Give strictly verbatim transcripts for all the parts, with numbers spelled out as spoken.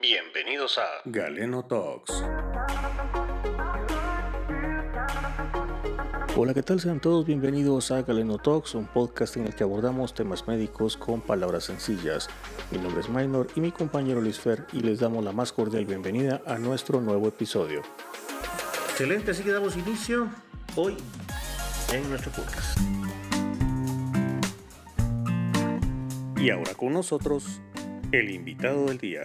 Bienvenidos a Galeno Talks. Hola, ¿qué tal? Sean todos bienvenidos a Galeno Talks, un podcast en el que abordamos temas médicos con palabras sencillas. Mi nombre es Maynor y mi compañero Luis Fer, y les damos la más cordial bienvenida a nuestro nuevo episodio. Excelente, así que damos inicio hoy en nuestro podcast. Y ahora con nosotros, el invitado del día.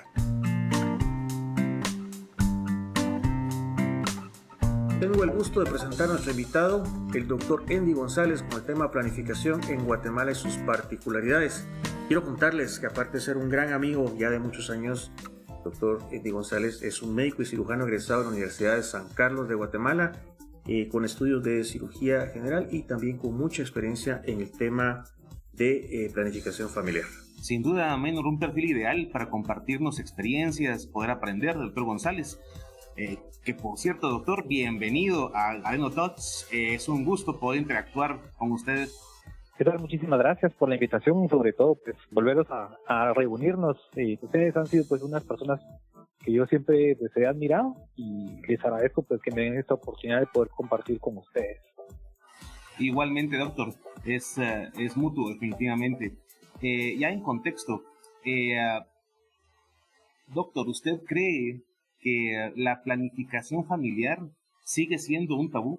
Tengo el gusto de presentar a nuestro invitado, el doctor Endy González, con el tema planificación en Guatemala y sus particularidades. Quiero contarles que, aparte de ser un gran amigo ya de muchos años, el doctor Endy González es un médico y cirujano egresado de la Universidad de San Carlos de Guatemala, eh, con estudios de cirugía general y también con mucha experiencia en el tema de eh, planificación familiar. Sin duda, Menor, un perfil ideal para compartirnos experiencias, poder aprender del doctor González. Eh, que por cierto, doctor, bienvenido a Galeno Talks. Eh, es un gusto poder interactuar con ustedes. ¿Qué tal? Muchísimas gracias por la invitación y sobre todo pues volveros a, a reunirnos. Eh, ustedes han sido pues unas personas que yo siempre pues, he admirado y les agradezco pues que me den esta oportunidad de poder compartir con ustedes. Igualmente, doctor, es, uh, es mutuo definitivamente. Eh, ya en contexto, eh, uh, doctor, ¿usted cree que la planificación familiar sigue siendo un tabú?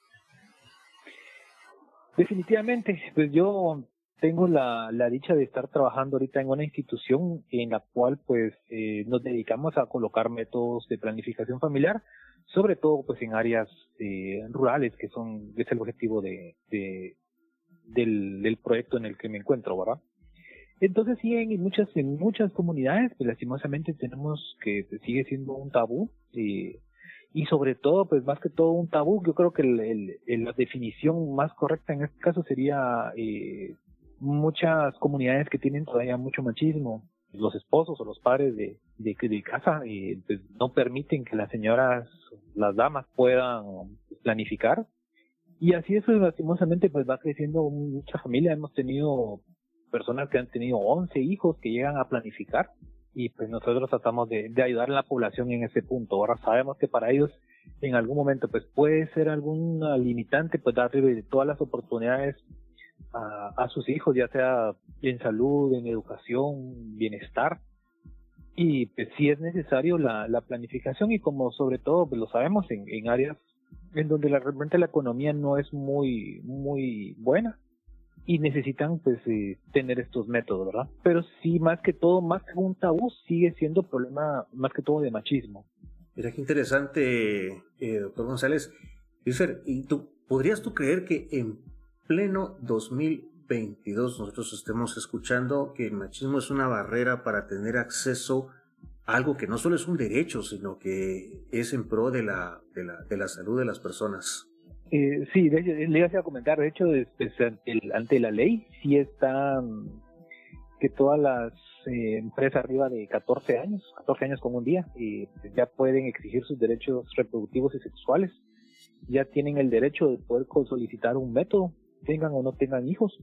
Definitivamente, pues yo tengo la, la dicha de estar trabajando ahorita en una institución en la cual pues eh, nos dedicamos a colocar métodos de planificación familiar, sobre todo pues en áreas eh, rurales, que son es el objetivo de, de del, del proyecto en el que me encuentro, ¿verdad? Entonces sí, en muchas en muchas comunidades, pues lastimosamente tenemos que pues, sigue siendo un tabú, eh, y sobre todo, pues más que todo un tabú, yo creo que el, el, el, la definición más correcta en este caso sería eh, muchas comunidades que tienen todavía mucho machismo. Los esposos o los padres de, de, de casa eh, pues, no permiten que las señoras, las damas puedan planificar, y así eso lastimosamente pues va creciendo mucha familia. Hemos tenido personas que han tenido once hijos que llegan a planificar, y pues nosotros tratamos de, de ayudar a la población en ese punto. Ahora sabemos que para ellos en algún momento pues puede ser alguna limitante pues darle todas las oportunidades a, a sus hijos, ya sea en salud, en educación, bienestar, y pues sí es necesario la, la planificación, y como sobre todo pues lo sabemos en, en áreas en donde la, realmente la economía no es muy muy buena y necesitan pues eh, tener estos métodos, ¿verdad? Pero sí, más que todo, más que un tabú, sigue siendo problema más que todo de machismo. Mira qué interesante, eh, doctor González. Luisfer, ¿y tú podrías tú creer que en pleno dos mil veintidós nosotros estemos escuchando que el machismo es una barrera para tener acceso a algo que no solo es un derecho, sino que es en pro de la, de la, de la salud de las personas? Eh, sí, de hecho, le iba a comentar, de hecho, pues, ante, el, ante la ley, sí está que todas las eh, empresas arriba de catorce años, catorce años con un día, eh, ya pueden exigir sus derechos reproductivos y sexuales, ya tienen el derecho de poder solicitar un método, tengan o no tengan hijos.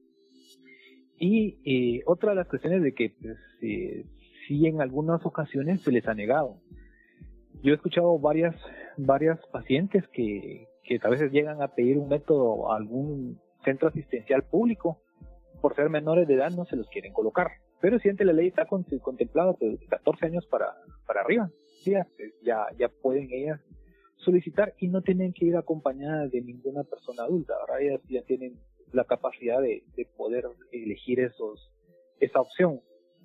Y eh, otra de las cuestiones de que pues, eh, sí en algunas ocasiones se les ha negado. Yo he escuchado varias, varias pacientes que que a veces llegan a pedir un método a algún centro asistencial público, por ser menores de edad no se los quieren colocar, pero si ante la ley está contemplado pues, de catorce años para, para arriba, ya, ya, ya pueden ellas solicitar y no tienen que ir acompañadas de ninguna persona adulta. Ahora ellas ya tienen la capacidad de, de poder elegir esos, esa opción.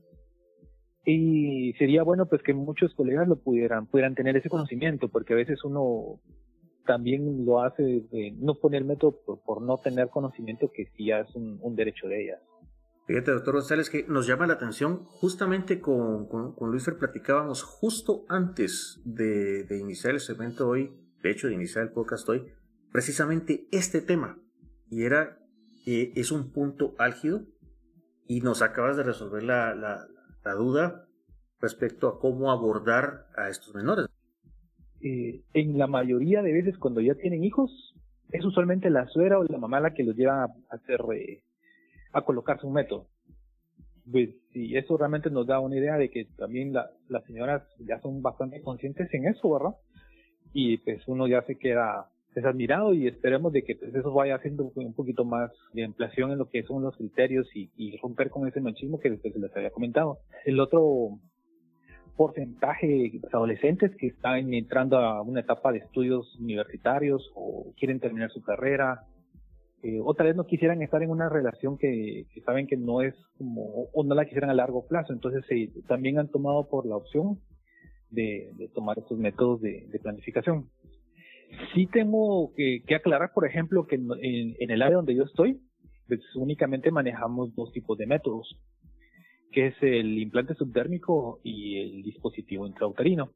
Y sería bueno pues que muchos colegas lo pudieran, pudieran tener ese conocimiento, porque a veces uno también lo hace de no poner método por, por no tener conocimiento que sí ya es un, un derecho de ellas. Fíjate, doctor González, que nos llama la atención, justamente con, con, con Luis Fer platicábamos justo antes de, de iniciar el segmento hoy, de hecho de iniciar el podcast hoy, precisamente este tema, y era, eh, es un punto álgido, y nos acabas de resolver la, la, la duda respecto a cómo abordar a estos menores. Eh, en la mayoría de veces cuando ya tienen hijos, es usualmente la suegra o la mamá la que los lleva a hacer, eh, a colocarse un método. pues sí, eso realmente nos da una idea de que también la, las señoras ya son bastante conscientes en eso, ¿verdad? Y pues uno ya se queda pues, admirado y esperemos de que pues, eso vaya haciendo un poquito más de ampliación en lo que son los criterios y, y romper con ese machismo que después se les había comentado. El otro porcentaje de adolescentes que están entrando a una etapa de estudios universitarios o quieren terminar su carrera, eh, o tal vez no quisieran estar en una relación que, que saben que no es como, o no la quisieran a largo plazo, entonces eh, también han tomado por la opción de, de tomar estos métodos de, de planificación. Sí tengo que, que aclarar, por ejemplo, que en, en, en el área donde yo estoy, pues únicamente manejamos dos tipos de métodos, que es el implante subdérmico y el dispositivo intrauterino.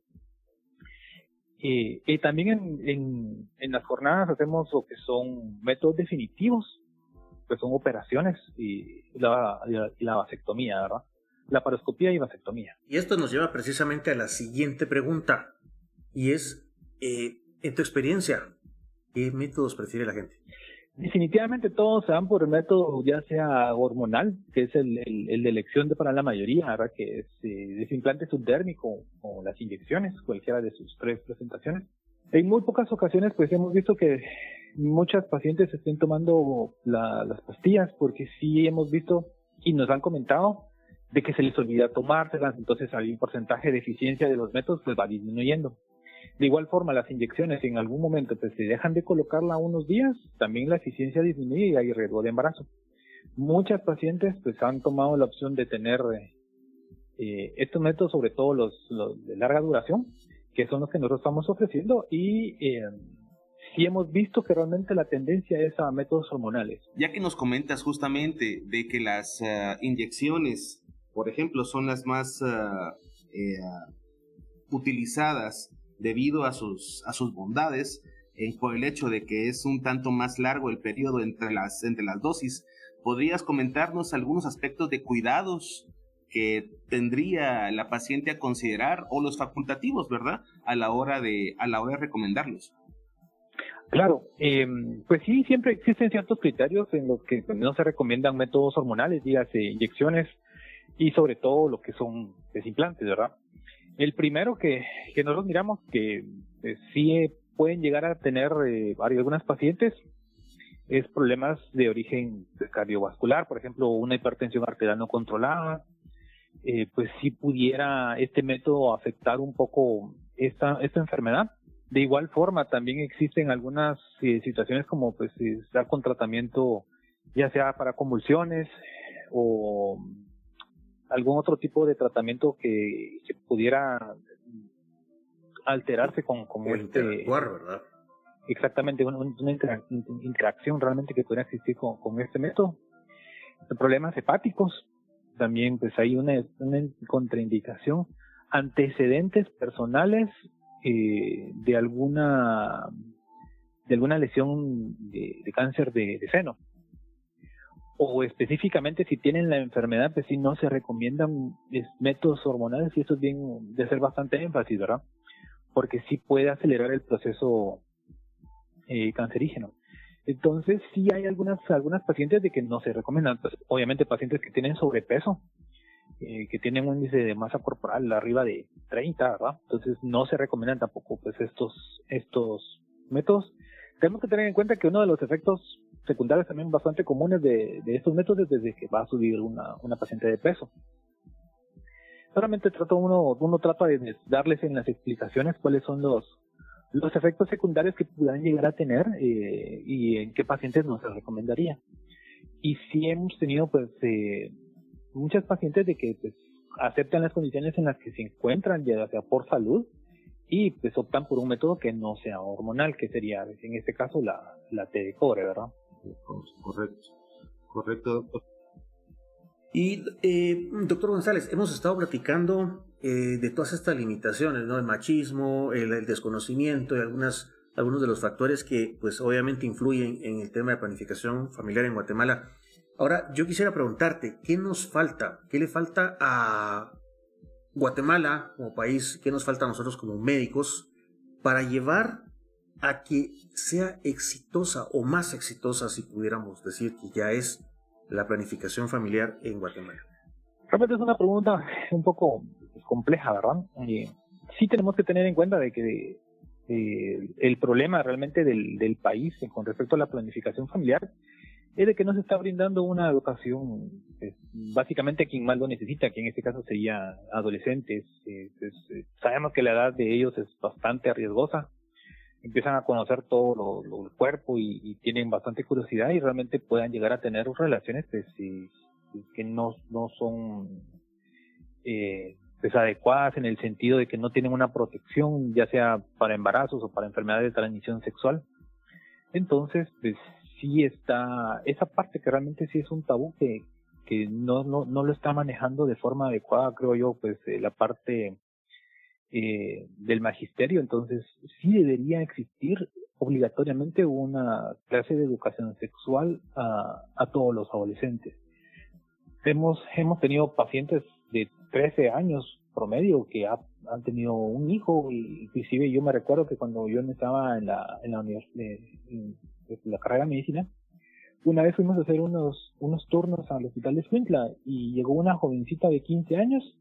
Eh, y también en, en, en las jornadas hacemos lo que son métodos definitivos, que son operaciones y la, la, la vasectomía, ¿verdad? Laparoscopía y vasectomía. Y esto nos lleva precisamente a la siguiente pregunta, y es, eh, en tu experiencia, ¿qué métodos prefiere la gente? Definitivamente todos se van por el método ya sea hormonal, que es el, el, el de elección de para la mayoría, ¿verdad? Que es eh, ese implante subdérmico o las inyecciones, cualquiera de sus tres presentaciones. En muy pocas ocasiones pues hemos visto que muchas pacientes estén tomando la, las pastillas, porque sí hemos visto y nos han comentado de que se les olvida tomárselas, entonces hay un porcentaje de eficiencia de los métodos pues va disminuyendo. De igual forma, las inyecciones en algún momento pues se dejan de colocarla unos días, también la eficiencia disminuye y hay riesgo de embarazo. Muchas pacientes pues han tomado la opción de tener eh, estos métodos, sobre todo los, los de larga duración, que son los que nosotros estamos ofreciendo, y eh, sí hemos visto que realmente la tendencia es a métodos hormonales. Ya que nos comentas justamente de que las uh, inyecciones, por ejemplo, son las más uh, eh, uh, utilizadas debido a sus, a sus bondades, eh, por el hecho de que es un tanto más largo el periodo entre las, entre las dosis, ¿podrías comentarnos algunos aspectos de cuidados que tendría la paciente a considerar, o los facultativos, ¿verdad?, a la hora de, a la hora de recomendarlos? Claro, eh, pues sí, siempre existen ciertos criterios en los que no se recomiendan métodos hormonales, dígase inyecciones, y sobre todo lo que son desimplantes, ¿verdad? El primero que, que nosotros miramos que eh, sí eh, pueden llegar a tener eh, algunas pacientes es problemas de origen cardiovascular, por ejemplo, una hipertensión arterial no controlada, eh, pues sí pudiera este método afectar un poco esta, esta enfermedad. De igual forma, también existen algunas eh, situaciones como pues estar con tratamiento ya sea para convulsiones o algún otro tipo de tratamiento que, que pudiera alterarse con, con o este... interactuar, ¿verdad? Exactamente, una, una intera interacción realmente que pudiera existir con, con este método. Problemas hepáticos, también pues hay una, una contraindicación. Antecedentes personales eh, de alguna de alguna lesión de, de cáncer de, de seno. O específicamente si tienen la enfermedad, pues sí no se recomiendan métodos hormonales, y eso es bien de hacer bastante énfasis, ¿verdad? Porque sí puede acelerar el proceso eh, cancerígeno. Entonces sí hay algunas algunas pacientes de que no se recomiendan, pues, obviamente pacientes que tienen sobrepeso, eh, que tienen un índice de masa corporal arriba de treinta, ¿verdad? Entonces no se recomiendan tampoco pues estos estos métodos. Tenemos que tener en cuenta que uno de los efectos secundarios también bastante comunes de, de estos métodos desde que va a subir una, una paciente de peso. Solamente trato uno, uno trata de darles en las explicaciones cuáles son los, los efectos secundarios que puedan llegar a tener eh, y en qué pacientes no se recomendaría. Y sí hemos tenido pues eh, muchas pacientes de que pues, aceptan las condiciones en las que se encuentran, ya sea por salud, y pues optan por un método que no sea hormonal, que sería en este caso la, la T de cobre, ¿verdad? Correcto, correcto, doctor. Y, eh, doctor González, hemos estado platicando eh, de todas estas limitaciones, ¿no? El machismo, el, el desconocimiento y algunas, algunos de los factores que, pues, obviamente influyen en el tema de planificación familiar en Guatemala. Ahora, yo quisiera preguntarte, ¿qué nos falta? ¿Qué le falta a Guatemala como país? ¿Qué nos falta a nosotros como médicos para llevar a que sea exitosa o más exitosa, si pudiéramos decir que ya es la planificación familiar en Guatemala? Realmente es una pregunta un poco compleja, ¿verdad? Eh, sí tenemos que tener en cuenta de que eh, el problema realmente del, del país con respecto a la planificación familiar es de que no se está brindando una educación, pues, básicamente a quien más lo necesita, que en este caso sería adolescentes. Eh, pues, eh, sabemos que la edad de ellos es bastante riesgosa, empiezan a conocer todo lo, lo, el cuerpo y, y tienen bastante curiosidad y realmente puedan llegar a tener relaciones pues, eh, que no, no son eh, pues, adecuadas en el sentido de que no tienen una protección, ya sea para embarazos o para enfermedades de transmisión sexual. Entonces, pues sí está esa parte que realmente sí es un tabú que, que no, no, no lo está manejando de forma adecuada, creo yo, pues eh, la parte eh, del magisterio. Entonces sí debería existir obligatoriamente una clase de educación sexual a, a todos los adolescentes. Hemos, hemos tenido pacientes de trece años promedio que ha, han tenido un hijo, y inclusive yo me recuerdo que cuando yo estaba en la, en la universidad, en la carrera de medicina, una vez fuimos a hacer unos, unos turnos al hospital de Escuintla y llegó una jovencita de quince años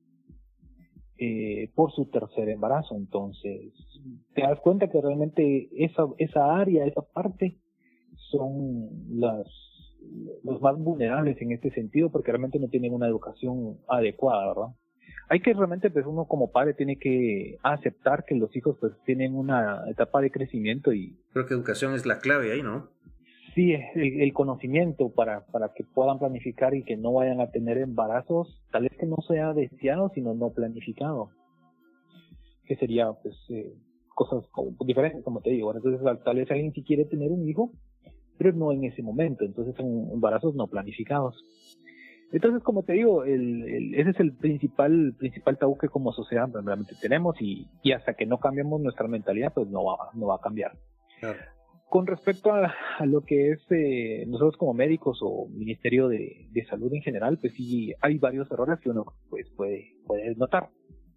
eh, por su tercer embarazo. Entonces te das cuenta que realmente esa, esa área, esa parte son las los más vulnerables en este sentido, porque realmente no tienen una educación adecuada, ¿verdad? Hay que realmente, pues uno como padre tiene que aceptar que los hijos pues tienen una etapa de crecimiento y... Creo que educación es la clave ahí, ¿no? Sí, el, el conocimiento para, para que puedan planificar y que no vayan a tener embarazos, tal vez que no sea deseado, sino no planificado. Que sería, pues, eh, cosas como, diferentes, como te digo. Entonces, tal vez alguien sí quiere tener un hijo, pero no en ese momento, entonces son embarazos no planificados. Entonces, como te digo, el, el, ese es el principal principal tabú que como sociedad realmente tenemos, y, y hasta que no cambiemos nuestra mentalidad, pues no va, no va a cambiar. Claro. Con respecto a, a lo que es eh, nosotros como médicos o Ministerio de, de Salud en general, pues sí hay varios errores que uno pues puede, puede notar.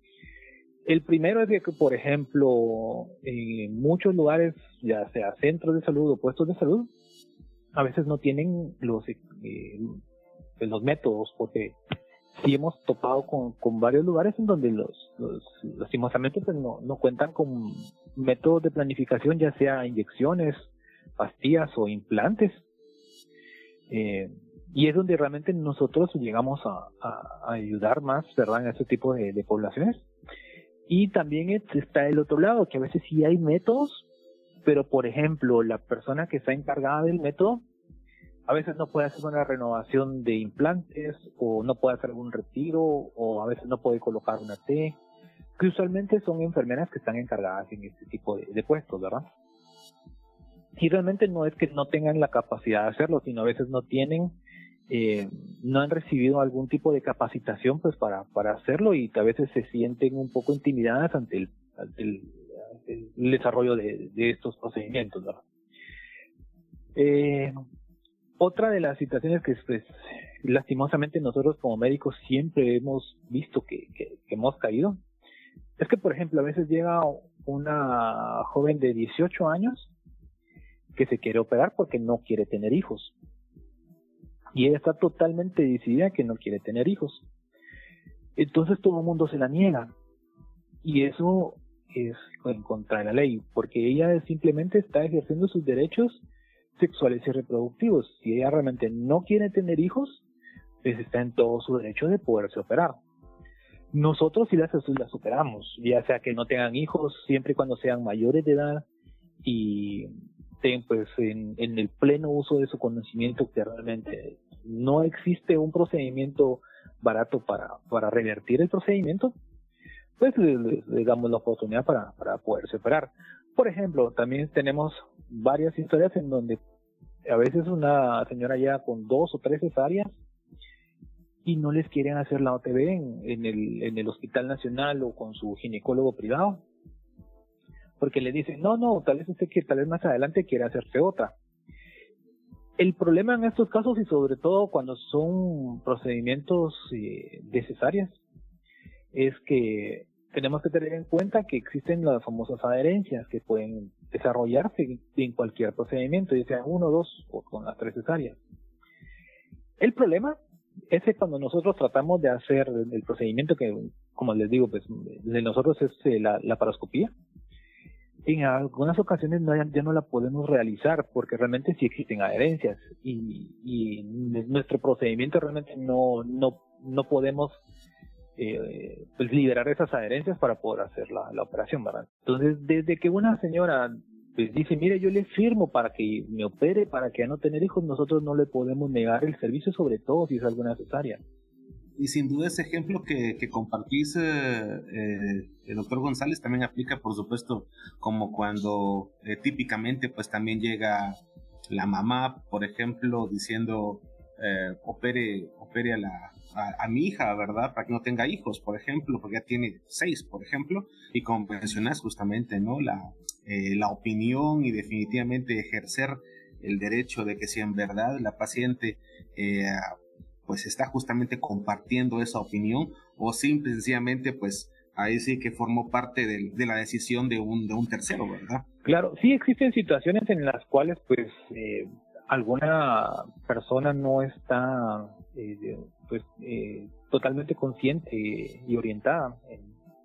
El primero es de que, por ejemplo, en muchos lugares, ya sea centros de salud o puestos de salud, a veces no tienen los eh, los métodos, porque sí hemos topado con, con varios lugares en donde los, los lastimosamente pues no, no cuentan con métodos de planificación, ya sea inyecciones, pastillas o implantes, eh, y es donde realmente nosotros llegamos a, a, a ayudar más, ¿verdad?, en este tipo de, de poblaciones. Y también está el otro lado, que a veces sí hay métodos, pero por ejemplo, la persona que está encargada del método a veces no puede hacer una renovación de implantes, o no puede hacer algún retiro, o a veces no puede colocar una T, que usualmente son enfermeras que están encargadas en este tipo de, de puestos, ¿verdad? Y realmente no es que no tengan la capacidad de hacerlo, sino a veces no tienen, eh, no han recibido algún tipo de capacitación pues para, para hacerlo, y a veces se sienten un poco intimidadas ante el, ante el, el desarrollo de, de estos procedimientos, ¿verdad? Eh, Otra de las situaciones que pues, lastimosamente nosotros como médicos siempre hemos visto que, que, que hemos caído, es que, por ejemplo, a veces llega una joven de dieciocho años que se quiere operar porque no quiere tener hijos. Y ella está totalmente decidida que no quiere tener hijos. Entonces todo el mundo se la niega. Y eso es en contra de la ley, porque ella simplemente está ejerciendo sus derechos sexuales y reproductivos. Si ella realmente no quiere tener hijos, pues está en todo su derecho de poderse operar. Nosotros sí las, las operamos, ya sea que no tengan hijos, siempre y cuando sean mayores de edad y estén pues en, en el pleno uso de su conocimiento, que realmente no existe un procedimiento barato para, para revertir el procedimiento, pues les, les damos la oportunidad para, para poderse operar. Por ejemplo, también tenemos varias historias en donde a veces una señora ya con dos o tres cesáreas y no les quieren hacer la O T B en, en, el, en el Hospital Nacional o con su ginecólogo privado, porque le dicen, no, no, tal vez usted que tal vez más adelante quiera hacerse otra. El problema en estos casos, y sobre todo cuando son procedimientos eh, de cesáreas, es que tenemos que tener en cuenta que existen las famosas adherencias que pueden desarrollarse en cualquier procedimiento, ya sea uno, dos o con las tres cesáreas. El problema ese cuando nosotros tratamos de hacer el procedimiento que, como les digo, pues de nosotros es eh, la, la paroscopía, en algunas ocasiones no, ya no la podemos realizar porque realmente sí existen adherencias y, y nuestro procedimiento realmente no, no, no podemos eh, pues liberar esas adherencias para poder hacer la, la operación, ¿verdad? Entonces, desde que una señora pues dice, mire, yo le firmo para que me opere, para que ya no tener hijos, nosotros no le podemos negar el servicio, sobre todo si es algo necesaria. Y sin duda ese ejemplo que, que compartís, eh, eh, el doctor González, también aplica, por supuesto, como cuando eh, típicamente pues también llega la mamá, por ejemplo, diciendo, eh, opere, opere a, la, a, a mi hija, ¿verdad? Para que no tenga hijos, por ejemplo, porque ya tiene seis, por ejemplo, y como mencionás justamente, ¿no? La, eh, la opinión y definitivamente ejercer el derecho de que si en verdad la paciente eh, pues está justamente compartiendo esa opinión o simple sencillamente pues ahí sí que formó parte de, de la decisión de un, de un tercero, ¿verdad? Claro, sí existen situaciones en las cuales pues eh, alguna persona no está eh, pues eh, totalmente consciente y orientada en,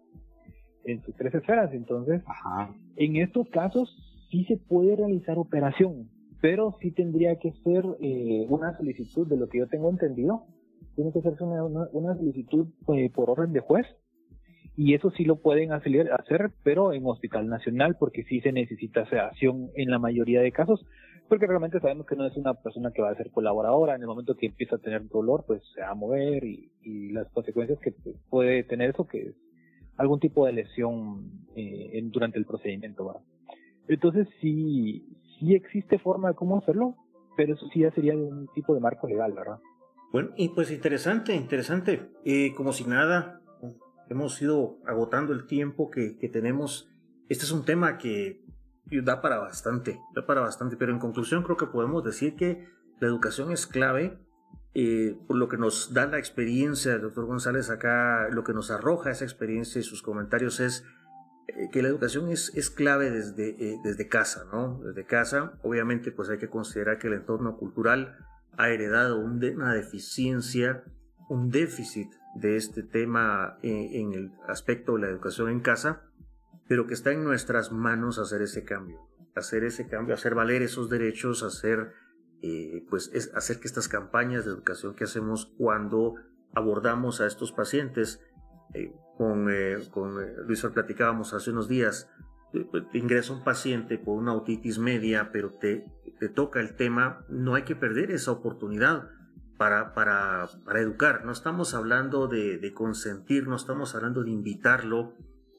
en sus tres esferas, entonces Ajá. En estos casos sí se puede realizar operación, pero sí tendría que ser eh, una solicitud, de lo que yo tengo entendido, tiene que ser una, una, una solicitud eh, por orden de juez, y eso sí lo pueden hacer, hacer, pero en Hospital Nacional, porque sí se necesita sedación en la mayoría de casos, porque realmente sabemos que no es una persona que va a ser colaboradora. En el momento que empieza a tener dolor, pues se va a mover, y, y las consecuencias que puede tener eso, que es algún tipo de lesión eh, en, durante el procedimiento, ¿verdad? Entonces sí, sí existe forma de cómo hacerlo, pero eso sí ya sería de un tipo de marco legal, ¿verdad? Bueno, y pues interesante, interesante. Eh, como si nada, hemos ido agotando el tiempo que, que tenemos. Este es un tema que da para bastante, da para bastante, pero en conclusión creo que podemos decir que la educación es clave. Eh, por lo que nos da la experiencia del doctor González acá, lo que nos arroja esa experiencia y sus comentarios es eh, que la educación es, es clave desde, eh, desde casa, ¿no? Desde casa, obviamente, pues hay que considerar que el entorno cultural ha heredado un de, una deficiencia, un déficit de este tema eh, en el aspecto de la educación en casa, pero que está en nuestras manos hacer ese cambio, hacer ese cambio, hacer valer esos derechos, hacer Eh, pues es hacer que estas campañas de educación que hacemos cuando abordamos a estos pacientes, eh, con, eh, con eh, Luis platicábamos hace unos días, eh, te ingresa un paciente por una otitis media, pero te, te toca el tema, no hay que perder esa oportunidad para, para, para educar. No estamos hablando de, de consentir, no estamos hablando de invitarlo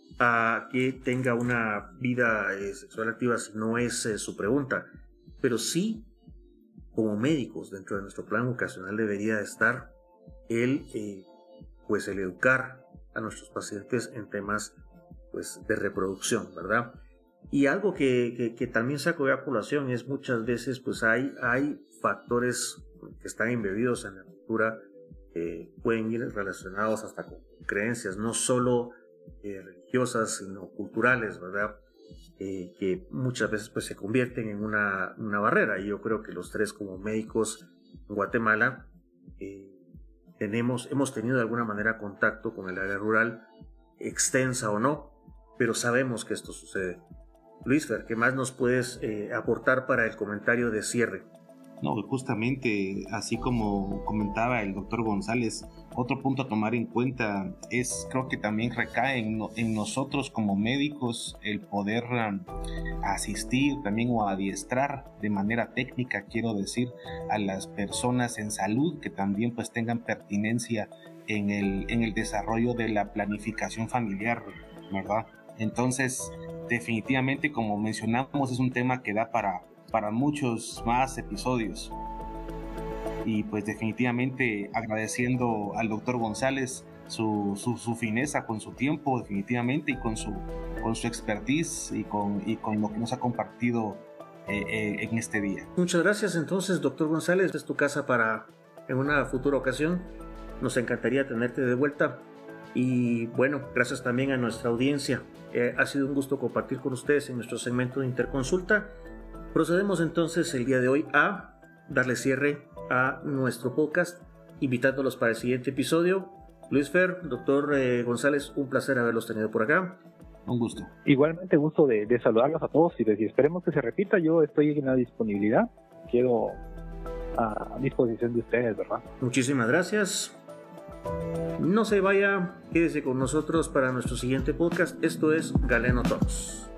a que tenga una vida eh, sexual activa si no es eh, su pregunta, pero sí, como médicos, dentro de nuestro plan vocacional debería estar el, eh, pues el educar a nuestros pacientes en temas pues, de reproducción, ¿verdad? Y algo que, que, que también saco de la población es muchas veces pues hay, hay factores que están embebidos en la cultura, eh, pueden ir relacionados hasta con creencias, no solo eh, religiosas, sino culturales, ¿verdad? Eh, que muchas veces pues se convierten en una, una barrera. Y yo creo que los tres como médicos en Guatemala eh, tenemos, hemos tenido de alguna manera contacto con el área rural, extensa o no, pero sabemos que esto sucede. Luis Fer, ¿qué más nos puedes eh, aportar para el comentario de cierre? No, justamente, así como comentaba el doctor González, otro punto a tomar en cuenta es, creo que también recae en, en nosotros como médicos el poder um, asistir también o adiestrar de manera técnica, quiero decir, a las personas en salud que también pues tengan pertinencia en el, en el desarrollo de la planificación familiar, ¿verdad? Entonces, definitivamente, como mencionamos, es un tema que da para para muchos más episodios. Y pues definitivamente agradeciendo al doctor González su, su, su fineza con su tiempo, definitivamente, y con su, con su expertise y con, y con lo que nos ha compartido eh, eh, en este día. Muchas gracias entonces, doctor González. Es tu casa para en una futura ocasión. Nos encantaría tenerte de vuelta. Y bueno, gracias también a nuestra audiencia. Eh, ha sido un gusto compartir con ustedes en nuestro segmento de Interconsulta. Procedemos entonces el día de hoy a darle cierre a nuestro podcast invitándolos para el siguiente episodio. Luis Fer, doctor eh, González, un placer haberlos tenido por acá. Un gusto. Igualmente gusto de, de saludarlos a todos y de, y esperemos que se repita. Yo estoy en la disponibilidad, quedo a disposición de ustedes, ¿verdad? Muchísimas gracias. No se vaya, quédese con nosotros para nuestro siguiente podcast. Esto es Galeno Talks.